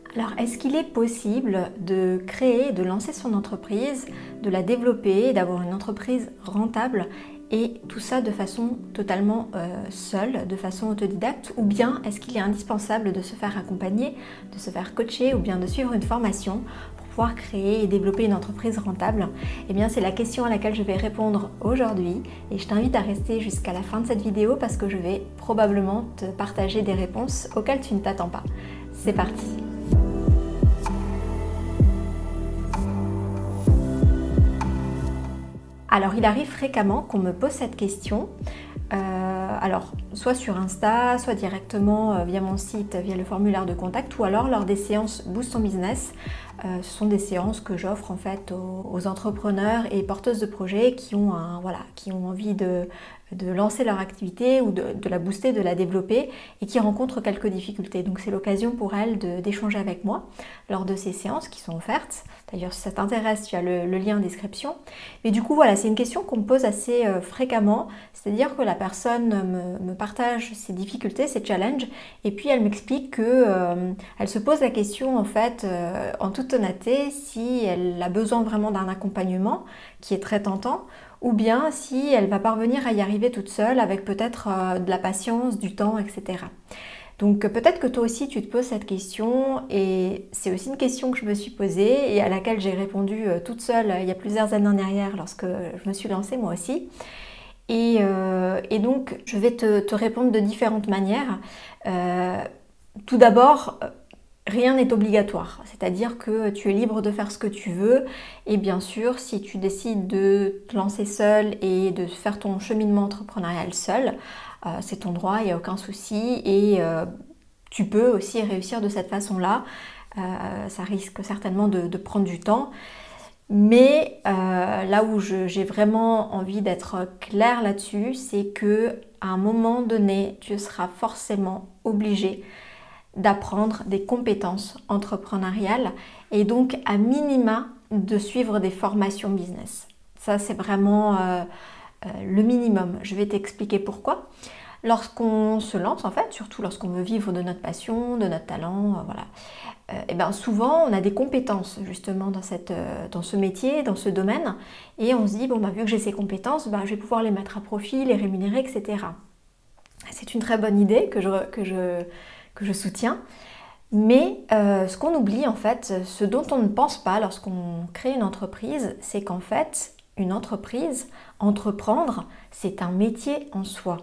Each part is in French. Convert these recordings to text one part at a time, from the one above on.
Alors, est-ce qu'il est possible de créer, de lancer son entreprise, de la développer, d'avoir une entreprise rentable et tout ça de façon totalement seule, de façon autodidacte, ou bien est-ce qu'il est indispensable de se faire accompagner, de se faire coacher ou bien de suivre une formation pour pouvoir créer et développer une entreprise rentable? Eh bien, c'est la question à laquelle je vais répondre aujourd'hui et je t'invite à rester jusqu'à la fin de cette vidéo parce que je vais probablement te partager des réponses auxquelles tu ne t'attends pas. C'est parti! Alors, il arrive fréquemment qu'on me pose cette question, alors soit sur Insta, soit directement via mon site, via le formulaire de contact, ou alors lors des séances Boost ton business. Ce sont des séances que j'offre en fait aux entrepreneurs et porteuses de projets qui ont envie de lancer leur activité ou de la booster, de la développer et qui rencontrent quelques difficultés. Donc c'est l'occasion pour elles d'échanger avec moi lors de ces séances qui sont offertes. D'ailleurs, si ça t'intéresse, tu as le lien en description. Mais du coup, voilà, c'est une question qu'on me pose assez fréquemment. C'est-à-dire que la personne me partage ses difficultés, ses challenges, et puis elle m'explique qu'elle se pose la question en fait, en toute honnêteté, si elle a besoin vraiment d'un accompagnement qui est très tentant, ou bien si elle va parvenir à y arriver toute seule avec peut-être de la patience, du temps, etc. Donc peut-être que toi aussi tu te poses cette question et c'est aussi une question que je me suis posée et à laquelle j'ai répondu toute seule il y a plusieurs années en arrière lorsque je me suis lancée moi aussi. Et donc je vais te répondre de différentes manières. Tout d'abord, rien n'est obligatoire, c'est-à-dire que tu es libre de faire ce que tu veux et bien sûr si tu décides de te lancer seul et de faire ton cheminement entrepreneurial seul, c'est ton droit, il n'y a aucun souci et tu peux aussi réussir de cette façon-là. Ça risque certainement de prendre du temps, mais là où j'ai vraiment envie d'être claire là-dessus, c'est que à un moment donné, tu seras forcément obligé d'apprendre des compétences entrepreneuriales et donc à minima de suivre des formations business. Ça c'est vraiment le minimum. Je vais t'expliquer pourquoi. Lorsqu'on se lance en fait, surtout lorsqu'on veut vivre de notre passion, de notre talent, voilà. Et bien souvent on a des compétences justement dans ce métier, dans ce domaine, et on se dit bon bah vu que j'ai ces compétences, bah, je vais pouvoir les mettre à profit, les rémunérer, etc. C'est une très bonne idée que je soutiens. Mais ce qu'on oublie en fait, ce dont on ne pense pas lorsqu'on crée une entreprise, c'est qu'en fait, une entreprise, entreprendre, c'est un métier en soi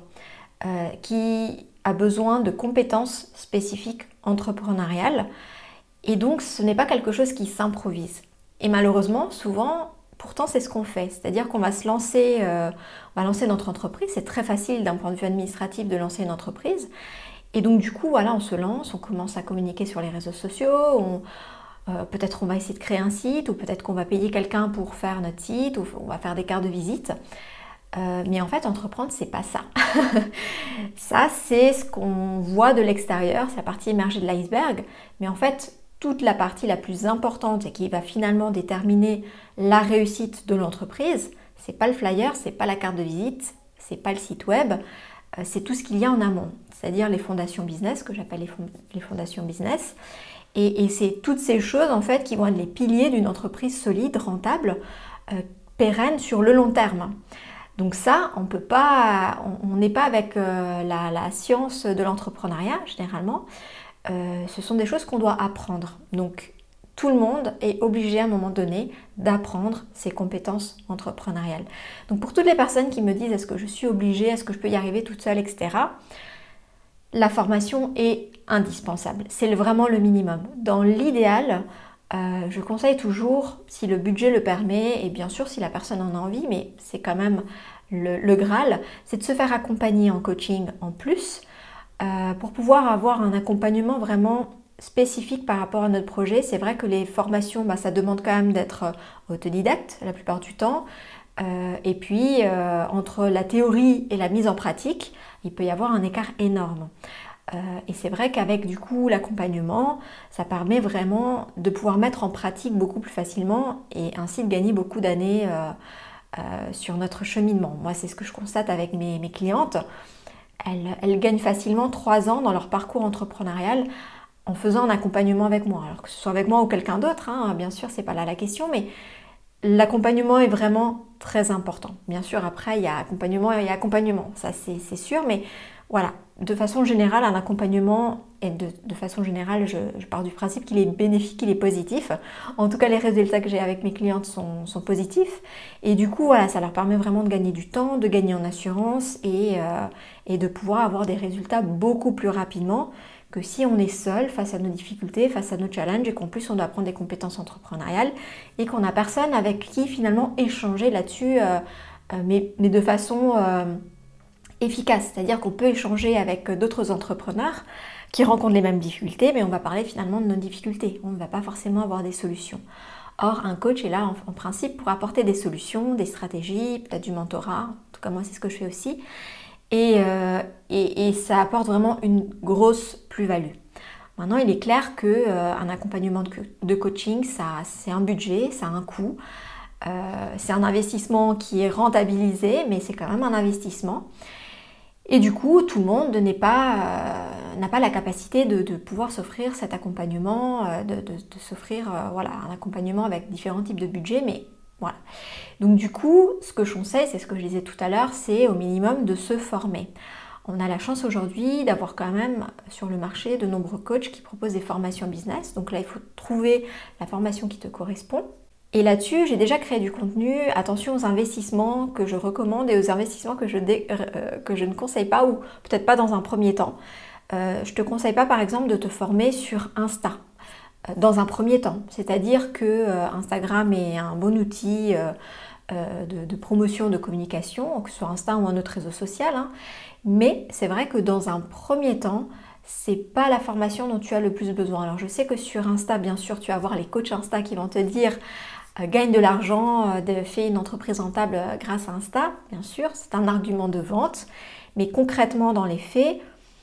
qui a besoin de compétences spécifiques entrepreneuriales. Et donc, ce n'est pas quelque chose qui s'improvise. Et malheureusement, souvent, pourtant, c'est ce qu'on fait. C'est-à-dire qu'on va on va lancer notre entreprise. C'est très facile d'un point de vue administratif de lancer une entreprise. Et donc du coup, voilà, on se lance, on commence à communiquer sur les réseaux sociaux, peut-être on va essayer de créer un site, ou peut-être qu'on va payer quelqu'un pour faire notre site, ou on va faire des cartes de visite. Mais en fait, entreprendre, c'est pas ça. Ça, c'est ce qu'on voit de l'extérieur, c'est la partie émergée de l'iceberg. Mais en fait, toute la partie la plus importante et qui va finalement déterminer la réussite de l'entreprise, c'est pas le flyer, c'est pas la carte de visite, c'est pas le site web, c'est tout ce qu'il y a en amont, c'est-à-dire les fondations business, que j'appelle les fondations business. Et c'est toutes ces choses en fait qui vont être les piliers d'une entreprise solide, rentable, pérenne sur le long terme. Donc ça, on n'est pas avec la science de l'entrepreneuriat généralement. Ce sont des choses qu'on doit apprendre. Donc tout le monde est obligé à un moment donné d'apprendre ses compétences entrepreneuriales. Donc pour toutes les personnes qui me disent est-ce que je suis obligée, est-ce que je peux y arriver toute seule, etc. La formation est indispensable. C'est vraiment le minimum. Dans l'idéal, je conseille toujours, si le budget le permet, et bien sûr si la personne en a envie, mais c'est quand même le Graal, c'est de se faire accompagner en coaching en plus pour pouvoir avoir un accompagnement vraiment spécifique par rapport à notre projet. C'est vrai que les formations, ça demande quand même d'être autodidacte la plupart du temps. Et puis, entre la théorie et la mise en pratique, il peut y avoir un écart énorme. Et c'est vrai qu'avec du coup l'accompagnement, ça permet vraiment de pouvoir mettre en pratique beaucoup plus facilement et ainsi de gagner beaucoup d'années sur notre cheminement. Moi, c'est ce que je constate avec mes clientes. Elles gagnent facilement 3 ans dans leur parcours entrepreneurial en faisant un accompagnement avec moi. Alors que ce soit avec moi ou quelqu'un d'autre, hein, bien sûr, c'est pas là la question, mais l'accompagnement est vraiment très important. Bien sûr, après, il y a accompagnement et accompagnement, ça c'est sûr, mais voilà, de façon générale, un accompagnement, et de façon générale, je pars du principe qu'il est bénéfique, qu'il est positif. En tout cas, les résultats que j'ai avec mes clientes sont positifs. Et du coup, voilà, ça leur permet vraiment de gagner du temps, de gagner en assurance et de pouvoir avoir des résultats beaucoup plus rapidement que si on est seul face à nos difficultés, face à nos challenges et qu'en plus on doit apprendre des compétences entrepreneuriales et qu'on n'a personne avec qui finalement échanger là-dessus, mais de façon efficace. C'est-à-dire qu'on peut échanger avec d'autres entrepreneurs qui rencontrent les mêmes difficultés, mais on va parler finalement de nos difficultés. On ne va pas forcément avoir des solutions. Or, un coach est là en principe pour apporter des solutions, des stratégies, peut-être du mentorat. En tout cas, moi, c'est ce que je fais aussi. Et ça apporte vraiment une grosse plus-value. Maintenant, il est clair qu'un accompagnement de coaching, c'est un budget, ça a un coût. C'est un investissement qui est rentabilisé, mais c'est quand même un investissement. Et du coup, tout le monde n'a pas la capacité de pouvoir s'offrir cet accompagnement, de s'offrir voilà, un accompagnement avec différents types de budgets, mais voilà. Donc du coup, ce que je conseille, c'est ce que je disais tout à l'heure, c'est au minimum de se former. On a la chance aujourd'hui d'avoir quand même sur le marché de nombreux coachs qui proposent des formations business. Donc là, il faut trouver la formation qui te correspond. Et là-dessus, j'ai déjà créé du contenu. Attention aux investissements que je recommande et aux investissements que je ne conseille pas ou peut-être pas dans un premier temps. Je ne te conseille pas par exemple de te former sur Insta dans un premier temps. C'est-à-dire que Instagram est un bon outil de promotion, de communication, que ce soit Insta ou un autre réseau social. Hein. Mais c'est vrai que dans un premier temps, c'est pas la formation dont tu as le plus besoin. Alors je sais que sur Insta, bien sûr, tu vas avoir les coachs Insta qui vont te dire gagne de l'argent, fais une entreprise rentable grâce à Insta. Bien sûr, c'est un argument de vente. Mais concrètement, dans les faits,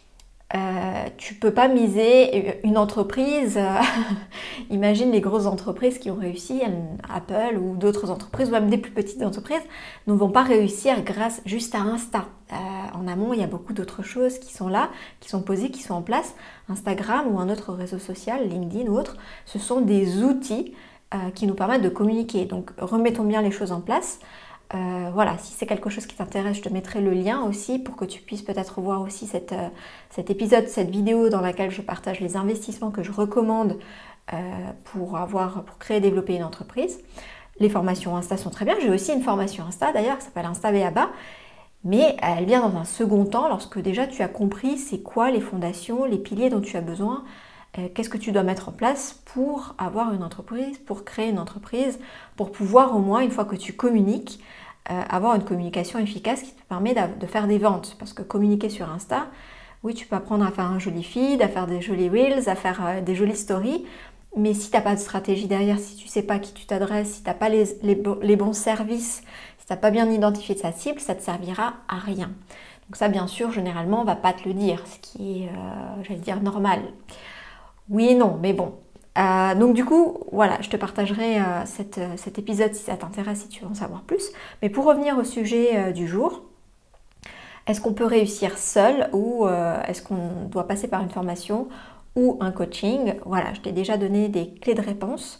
tu peux pas miser une entreprise. Imagine les grosses entreprises qui ont réussi, Apple ou d'autres entreprises, ou même des plus petites entreprises, ne vont pas réussir grâce juste à Insta. En amont, il y a beaucoup d'autres choses qui sont là, qui sont posées, qui sont en place. Instagram ou un autre réseau social, LinkedIn ou autre, ce sont des outils qui nous permettent de communiquer. Donc remettons bien les choses en place. Voilà, si c'est quelque chose qui t'intéresse, je te mettrai le lien aussi pour que tu puisses peut-être voir aussi cet épisode, cette vidéo dans laquelle je partage les investissements que je recommande pour créer et développer une entreprise. Les formations Insta sont très bien. J'ai aussi une formation Insta d'ailleurs qui s'appelle Insta BABA, mais elle vient dans un second temps lorsque déjà tu as compris c'est quoi les fondations, les piliers dont tu as besoin. Qu'est-ce que tu dois mettre en place pour avoir une entreprise, pour créer une entreprise, pour pouvoir au moins, une fois que tu communiques, avoir une communication efficace qui te permet de faire des ventes. Parce que communiquer sur Insta, oui, tu peux apprendre à faire un joli feed, à faire des jolis reels, à faire des jolies stories, mais si tu n'as pas de stratégie derrière, si tu ne sais pas à qui tu t'adresses, si tu n'as pas les bons services, si tu n'as pas bien identifié ta cible, ça ne te servira à rien. Donc ça, bien sûr, généralement, on ne va pas te le dire, ce qui est, j'allais dire, normal. Oui et non, mais bon. Donc du coup, voilà, je te partagerai cet épisode si ça t'intéresse, si tu veux en savoir plus. Mais pour revenir au sujet du jour, est-ce qu'on peut réussir seul ou est-ce qu'on doit passer par une formation ou un coaching? Voilà, je t'ai déjà donné des clés de réponse.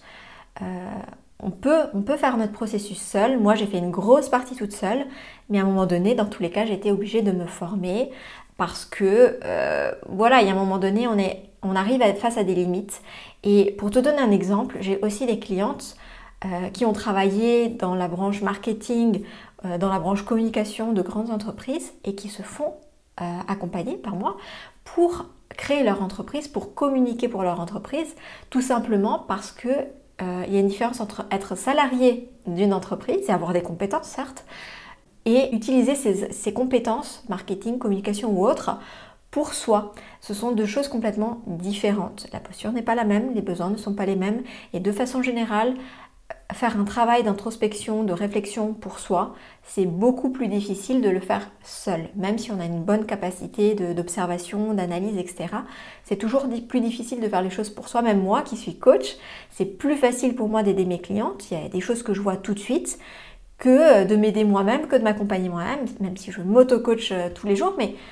On peut faire notre processus seul. Moi, j'ai fait une grosse partie toute seule, mais à un moment donné, dans tous les cas, j'ai été obligée de me former parce que, voilà, il y a un moment donné, on arrive à être face à des limites. Et pour te donner un exemple, j'ai aussi des clientes qui ont travaillé dans la branche marketing, dans la branche communication de grandes entreprises et qui se font accompagner par moi pour créer leur entreprise, pour communiquer pour leur entreprise, tout simplement parce que il y a une différence entre être salarié d'une entreprise et avoir des compétences, certes, et utiliser ces compétences, marketing, communication ou autres, pour soi. Ce sont deux choses complètement différentes. La posture n'est pas la même, les besoins ne sont pas les mêmes, et de façon générale, faire un travail d'introspection, de réflexion pour soi, c'est beaucoup plus difficile de le faire seul. Même si on a une bonne capacité d'observation, d'analyse, etc. C'est toujours plus difficile de faire les choses pour soi. Même moi qui suis coach, c'est plus facile pour moi d'aider mes clientes. Il y a des choses que je vois tout de suite que de m'aider moi-même, que de m'accompagner moi-même, même si je m'auto-coach tous les jours. Mais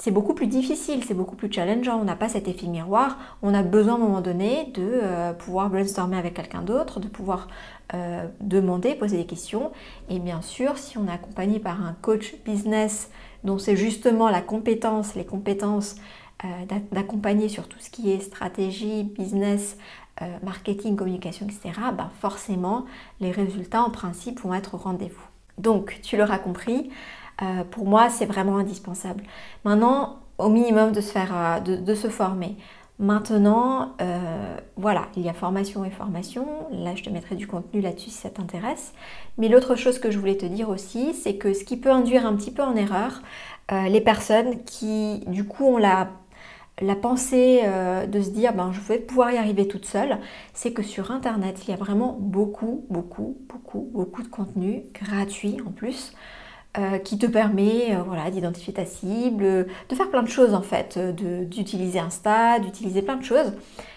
c'est beaucoup plus difficile, c'est beaucoup plus challengeant. On n'a pas cet effet miroir. On a besoin à un moment donné de pouvoir brainstormer avec quelqu'un d'autre, de pouvoir demander, poser des questions. Et bien sûr, si on est accompagné par un coach business dont c'est justement les compétences d'accompagner sur tout ce qui est stratégie, business, marketing, communication, etc., ben forcément, les résultats en principe vont être au rendez-vous. Donc, tu l'auras compris, pour moi, c'est vraiment indispensable. Maintenant, au minimum de se former. Maintenant, voilà, il y a formation et formation. Là, je te mettrai du contenu là-dessus si ça t'intéresse. Mais l'autre chose que je voulais te dire aussi, c'est que ce qui peut induire un petit peu en erreur les personnes qui, du coup, ont la pensée de se dire je vais pouvoir y arriver toute seule, c'est que sur Internet, il y a vraiment beaucoup de contenu gratuit en plus qui te permet d'identifier ta cible, de faire plein de choses en fait, d'utiliser Insta, d'utiliser plein de choses.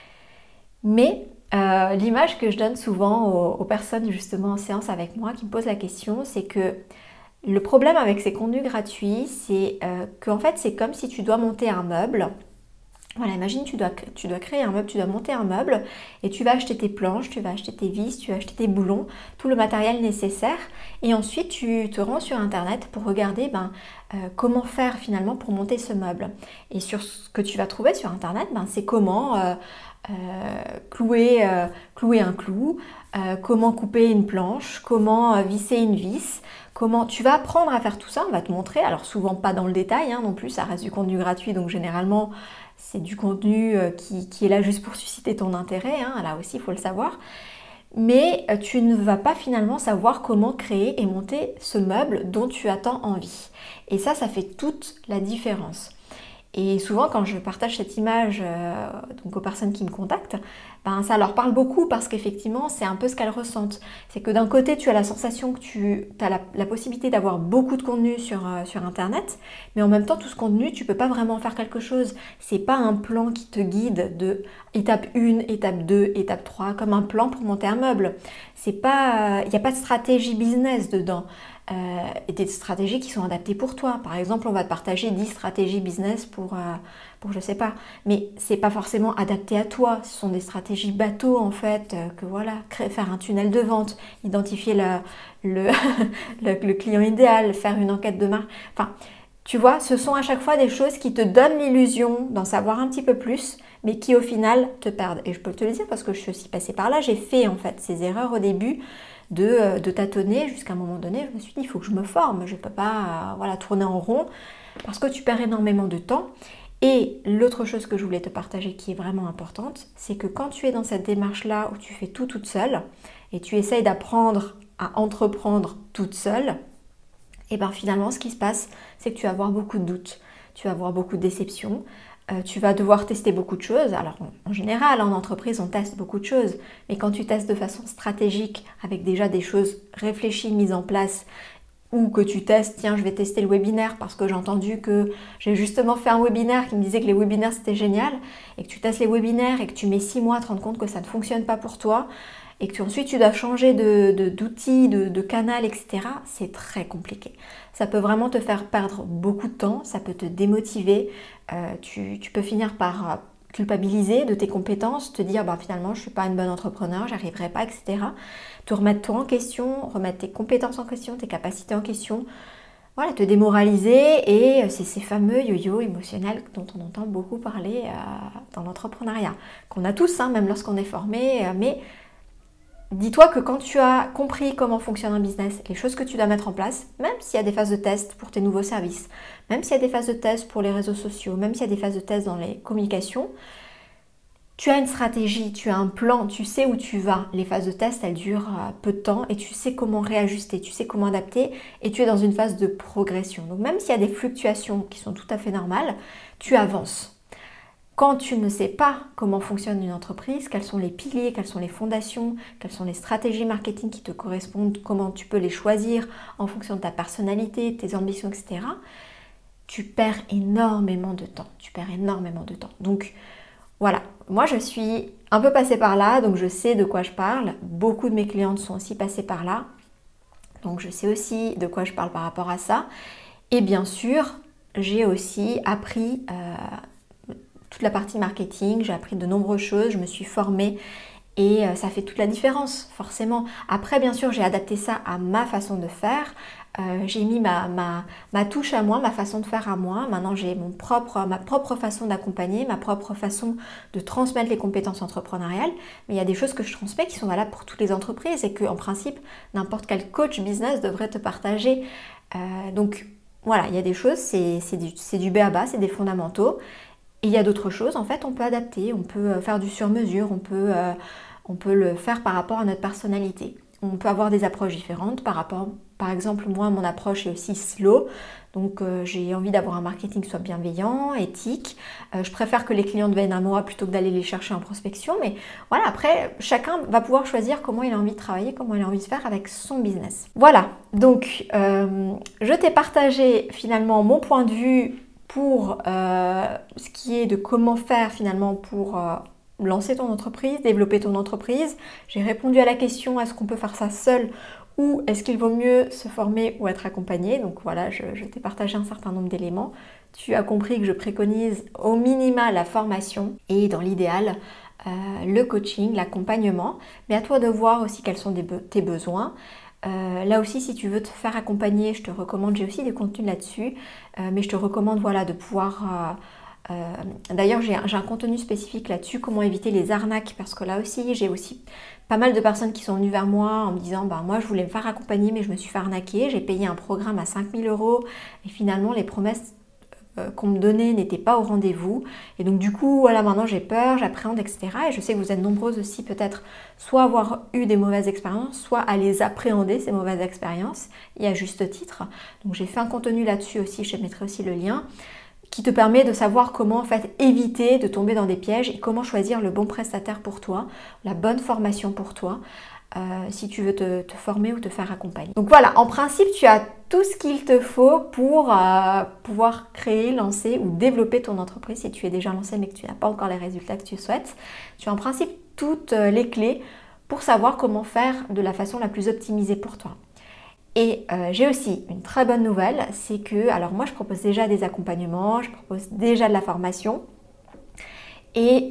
Mais l'image que je donne souvent aux personnes justement en séance avec moi qui me posent la question, c'est que le problème avec ces contenus gratuits, c'est qu'en fait c'est comme si tu dois monter un meuble. Voilà, imagine tu dois créer un meuble, tu dois monter un meuble et tu vas acheter tes planches, tu vas acheter tes vis, tu vas acheter tes boulons, tout le matériel nécessaire et ensuite tu te rends sur Internet pour regarder comment faire finalement pour monter ce meuble. Et sur ce que tu vas trouver sur Internet, c'est comment clouer un clou, comment couper une planche, comment visser une vis. Comment tu vas apprendre à faire tout ça, on va te montrer, alors souvent pas dans le détail non plus, ça reste du contenu gratuit, donc généralement c'est du contenu qui est là juste pour susciter ton intérêt, là aussi il faut le savoir. Mais tu ne vas pas finalement savoir comment créer et monter ce meuble dont tu as tant envie. Et ça fait toute la différence. Et souvent quand je partage cette image donc aux personnes qui me contactent, ça leur parle beaucoup parce qu'effectivement c'est un peu ce qu'elles ressentent. C'est que d'un côté tu as la sensation que tu as la possibilité d'avoir beaucoup de contenu sur Internet, mais en même temps tout ce contenu tu peux pas vraiment faire quelque chose. C'est pas un plan qui te guide de étape 1, étape 2, étape 3, comme un plan pour monter un meuble. Il n'y a pas de stratégie business dedans. Et des stratégies qui sont adaptées pour toi. Par exemple, on va te partager 10 stratégies business pour je sais pas, mais c'est pas forcément adapté à toi. Ce sont des stratégies bateau en fait, faire un tunnel de vente, identifier le client idéal, faire une enquête de marque. Enfin, tu vois, ce sont à chaque fois des choses qui te donnent l'illusion d'en savoir un petit peu plus, mais qui au final te perdent. Et je peux te le dire parce que je suis aussi passée par là, j'ai fait en fait ces erreurs au début de tâtonner jusqu'à un moment donné, je me suis dit il faut que je me forme, je ne peux pas tourner en rond parce que tu perds énormément de temps. Et l'autre chose que je voulais te partager qui est vraiment importante, c'est que quand tu es dans cette démarche-là où tu fais tout toute seule et tu essayes d'apprendre à entreprendre toute seule, et finalement ce qui se passe, c'est que tu vas avoir beaucoup de doutes, tu vas avoir beaucoup de déceptions, tu vas devoir tester beaucoup de choses. Alors en général, en entreprise, on teste beaucoup de choses. Mais quand tu testes de façon stratégique, avec déjà des choses réfléchies, mises en place, ou que tu testes, tiens, je vais tester le webinaire parce que j'ai entendu que j'ai justement fait un webinaire qui me disait que les webinaires c'était génial, et que tu testes les webinaires et que tu mets 6 mois à te rendre compte que ça ne fonctionne pas pour toi, et que ensuite tu dois changer d'outils, de canal, etc. C'est très compliqué. Ça peut vraiment te faire perdre beaucoup de temps, ça peut te démotiver, tu peux finir par culpabiliser de tes compétences, te dire finalement je ne suis pas une bonne entrepreneur, j'y arriverai pas, etc. Te remettre toi en question, remettre tes compétences en question, tes capacités en question, te démoraliser, et c'est ces fameux yo-yo émotionnels dont on entend beaucoup parler dans l'entrepreneuriat, qu'on a tous, même lorsqu'on est formé, mais dis-toi que quand tu as compris comment fonctionne un business, les choses que tu dois mettre en place, même s'il y a des phases de test pour tes nouveaux services, même s'il y a des phases de test pour les réseaux sociaux, même s'il y a des phases de test dans les communications, tu as une stratégie, tu as un plan, tu sais où tu vas. Les phases de test, elles durent peu de temps et tu sais comment réajuster, tu sais comment adapter, et tu es dans une phase de progression. Donc même s'il y a des fluctuations qui sont tout à fait normales, tu avances. Quand tu ne sais pas comment fonctionne une entreprise, quels sont les piliers, quelles sont les fondations, quelles sont les stratégies marketing qui te correspondent, comment tu peux les choisir en fonction de ta personnalité, tes ambitions, etc., tu perds énormément de temps. Donc voilà, moi je suis un peu passée par là, donc je sais de quoi je parle. Beaucoup de mes clientes sont aussi passées par là, donc je sais aussi de quoi je parle par rapport à ça. Et bien sûr, j'ai aussi appris toute la partie marketing, j'ai appris de nombreuses choses, je me suis formée et ça fait toute la différence, forcément. Après, bien sûr, j'ai adapté ça à ma façon de faire. J'ai mis ma touche à moi, ma façon de faire à moi. Maintenant, j'ai ma propre façon d'accompagner, ma propre façon de transmettre les compétences entrepreneuriales. Mais il y a des choses que je transmets qui sont valables pour toutes les entreprises et qu'en principe, n'importe quel coach business devrait te partager. Donc, voilà, il y a des choses, c'est du b.a.-ba, c'est des fondamentaux. Et il y a d'autres choses, en fait, on peut adapter, on peut faire du sur-mesure, on peut le faire par rapport à notre personnalité. On peut avoir des approches différentes par exemple, moi, mon approche est aussi slow. Donc, j'ai envie d'avoir un marketing qui soit bienveillant, éthique. Je préfère que les clients deviennent à moi plutôt que d'aller les chercher en prospection. Mais voilà, après, chacun va pouvoir choisir comment il a envie de travailler, comment il a envie de faire avec son business. Voilà, donc je t'ai partagé finalement mon point de vue pour ce qui est de comment faire finalement pour lancer ton entreprise, développer ton entreprise. J'ai répondu à la question, est-ce qu'on peut faire ça seul ou est-ce qu'il vaut mieux se former ou être accompagné? Donc voilà, je t'ai partagé un certain nombre d'éléments. Tu as compris que je préconise au minima la formation et dans l'idéal, le coaching, l'accompagnement. Mais à toi de voir aussi quels sont tes besoins. Là aussi, si tu veux te faire accompagner, je te recommande, j'ai aussi des contenus là-dessus, mais je te recommande voilà, de pouvoir... D'ailleurs, j'ai un contenu spécifique là-dessus, comment éviter les arnaques, parce que là aussi, j'ai aussi pas mal de personnes qui sont venues vers moi en me disant moi je voulais me faire accompagner, mais je me suis fait arnaquer, j'ai payé un programme à 5 000 € et finalement les promesses qu'on me donnait n'étaient pas au rendez-vous. Et donc du coup, voilà, maintenant j'ai peur, j'appréhende, etc. Et je sais que vous êtes nombreuses aussi peut-être soit avoir eu des mauvaises expériences, soit à les appréhender, ces mauvaises expériences, et à juste titre. Donc j'ai fait un contenu là-dessus aussi, je te mettrai aussi le lien, qui te permet de savoir comment en fait éviter de tomber dans des pièges et comment choisir le bon prestataire pour toi, la bonne formation pour toi, si tu veux te former ou te faire accompagner. Donc voilà, en principe, tu as tout ce qu'il te faut pour pouvoir créer, lancer ou développer ton entreprise si tu es déjà lancé mais que tu n'as pas encore les résultats que tu souhaites. Tu as en principe toutes les clés pour savoir comment faire de la façon la plus optimisée pour toi. Et j'ai aussi une très bonne nouvelle, c'est que, alors moi je propose déjà des accompagnements, je propose déjà de la formation. Et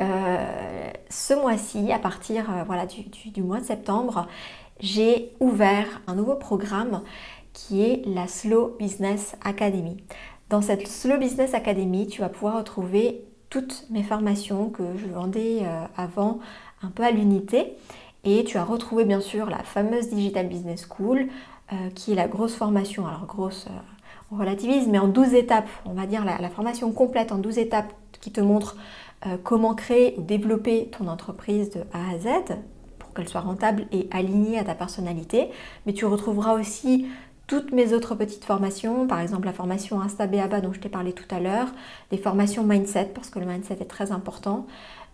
ce mois-ci, à partir voilà, du mois de septembre, j'ai ouvert un nouveau programme qui est la Slow Business Academy. Dans cette Slow Business Academy, tu vas pouvoir retrouver toutes mes formations que je vendais avant un peu à l'unité. Et tu as retrouvé bien sûr la fameuse Digital Business School, qui est la grosse formation, alors grosse, on relativise, mais en 12 étapes, on va dire la formation complète en 12 étapes qui te montre comment créer ou développer ton entreprise de A à Z pour qu'elle soit rentable et alignée à ta personnalité. Mais tu retrouveras aussi toutes mes autres petites formations, par exemple la formation Insta b.a.-ba dont je t'ai parlé tout à l'heure, des formations mindset parce que le mindset est très important,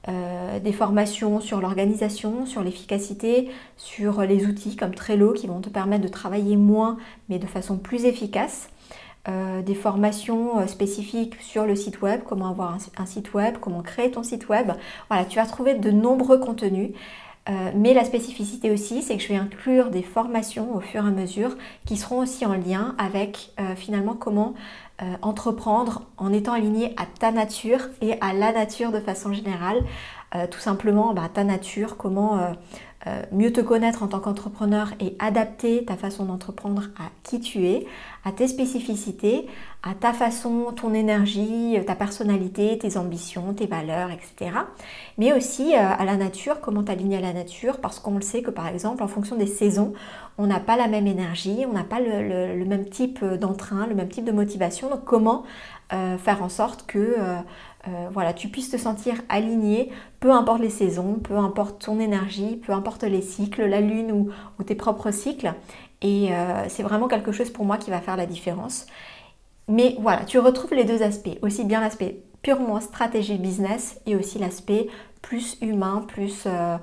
des formations sur l'organisation, sur l'efficacité, sur les outils comme Trello qui vont te permettre de travailler moins mais de façon plus efficace. Des formations spécifiques sur le site web, comment avoir un site web, comment créer ton site web. Voilà, tu vas trouver de nombreux contenus. Mais la spécificité aussi, c'est que je vais inclure des formations au fur et à mesure qui seront aussi en lien avec finalement comment entreprendre en étant aligné à ta nature et à la nature de façon générale. Tout simplement, ta nature, comment mieux te connaître en tant qu'entrepreneur et adapter ta façon d'entreprendre à qui tu es, à tes spécificités, à ta façon, ton énergie, ta personnalité, tes ambitions, tes valeurs, etc. Mais aussi à la nature, comment t'aligner à la nature, parce qu'on le sait que par exemple, en fonction des saisons, on n'a pas la même énergie, on n'a pas le même type d'entrain, le même type de motivation. Donc comment faire en sorte que voilà, tu puisses te sentir aligné, peu importe les saisons, peu importe ton énergie, peu importe les cycles, la lune ou tes propres cycles. Et c'est vraiment quelque chose pour moi qui va faire la différence. Mais voilà, tu retrouves les deux aspects, aussi bien l'aspect purement stratégie business et aussi l'aspect plus humain, plus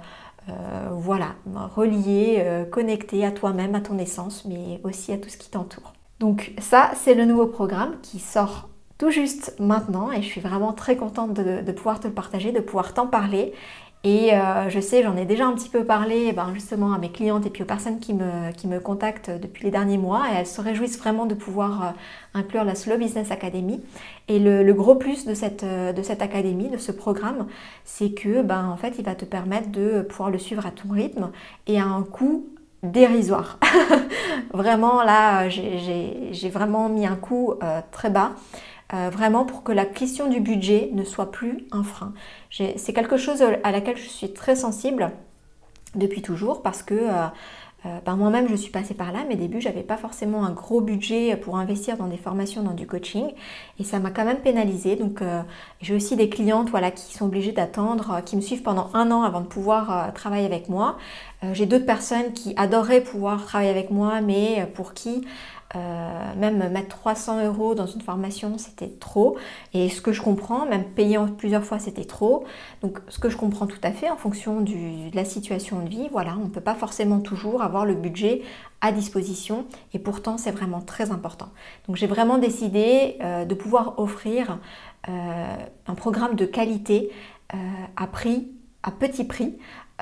voilà, relié, connecté à toi-même, à ton essence, mais aussi à tout ce qui t'entoure. Donc ça, c'est le nouveau programme qui sort tout juste maintenant et je suis vraiment très contente de pouvoir te le partager, de pouvoir t'en parler. Et je sais, j'en ai déjà un petit peu parlé justement à mes clientes et puis aux personnes qui me contactent depuis les derniers mois, et elles se réjouissent vraiment de pouvoir inclure la Slow Business Academy. Et le gros plus de cette académie, de ce programme, c'est que en fait, il va te permettre de pouvoir le suivre à ton rythme et à un coût dérisoire. Vraiment là, j'ai vraiment mis un coût très bas. Vraiment pour que la question du budget ne soit plus un frein. C'est quelque chose à laquelle je suis très sensible depuis toujours parce que moi-même je suis passée par là. Mes débuts, j'avais pas forcément un gros budget pour investir dans des formations, dans du coaching, et ça m'a quand même pénalisée. Donc j'ai aussi des clientes qui sont obligées d'attendre, qui me suivent pendant 1 an avant de pouvoir travailler avec moi. J'ai d'autres personnes qui adoreraient pouvoir travailler avec moi, mais pour qui même mettre 300 € dans une formation, c'était trop. Et ce que je comprends, même payer en plusieurs fois, c'était trop. Donc ce que je comprends tout à fait en fonction de la situation de vie, voilà, on ne peut pas forcément toujours avoir le budget à disposition, et pourtant c'est vraiment très important. Donc j'ai vraiment décidé de pouvoir offrir un programme de qualité à petit prix.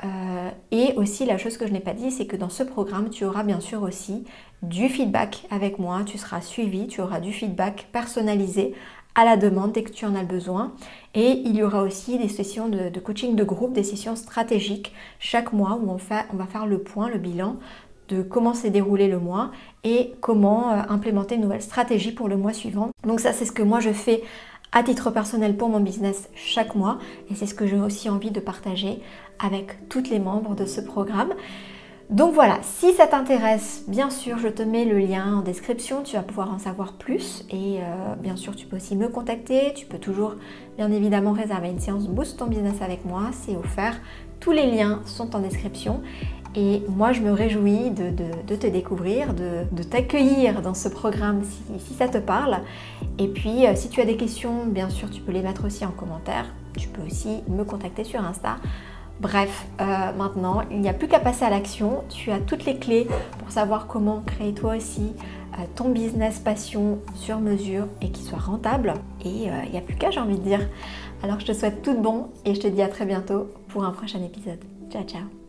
Et aussi la chose que je n'ai pas dit, c'est que dans ce programme, tu auras bien sûr aussi du feedback avec moi, tu seras suivi, tu auras du feedback personnalisé à la demande dès que tu en as besoin. Et il y aura aussi des sessions de coaching de groupe, des sessions stratégiques chaque mois où on va faire le point, le bilan de comment s'est déroulé le mois et comment implémenter une nouvelle stratégie pour le mois suivant. Donc ça, c'est ce que moi je fais à titre personnel pour mon business chaque mois, et c'est ce que j'ai aussi envie de partager avec toutes les membres de ce programme. Donc voilà, si ça t'intéresse, bien sûr, je te mets le lien en description, tu vas pouvoir en savoir plus, et bien sûr, tu peux aussi me contacter, tu peux toujours, bien évidemment, réserver une séance Boost ton business avec moi, c'est offert, tous les liens sont en description. Et moi, je me réjouis de te découvrir, de t'accueillir dans ce programme si ça te parle. Et puis, si tu as des questions, bien sûr, tu peux les mettre aussi en commentaire. Tu peux aussi me contacter sur Insta. Bref, maintenant, il n'y a plus qu'à passer à l'action. Tu as toutes les clés pour savoir comment créer toi aussi ton business passion sur mesure et qui soit rentable. Et il n'y a plus qu'à, j'ai envie de dire. Alors, je te souhaite tout de bon et je te dis à très bientôt pour un prochain épisode. Ciao, ciao!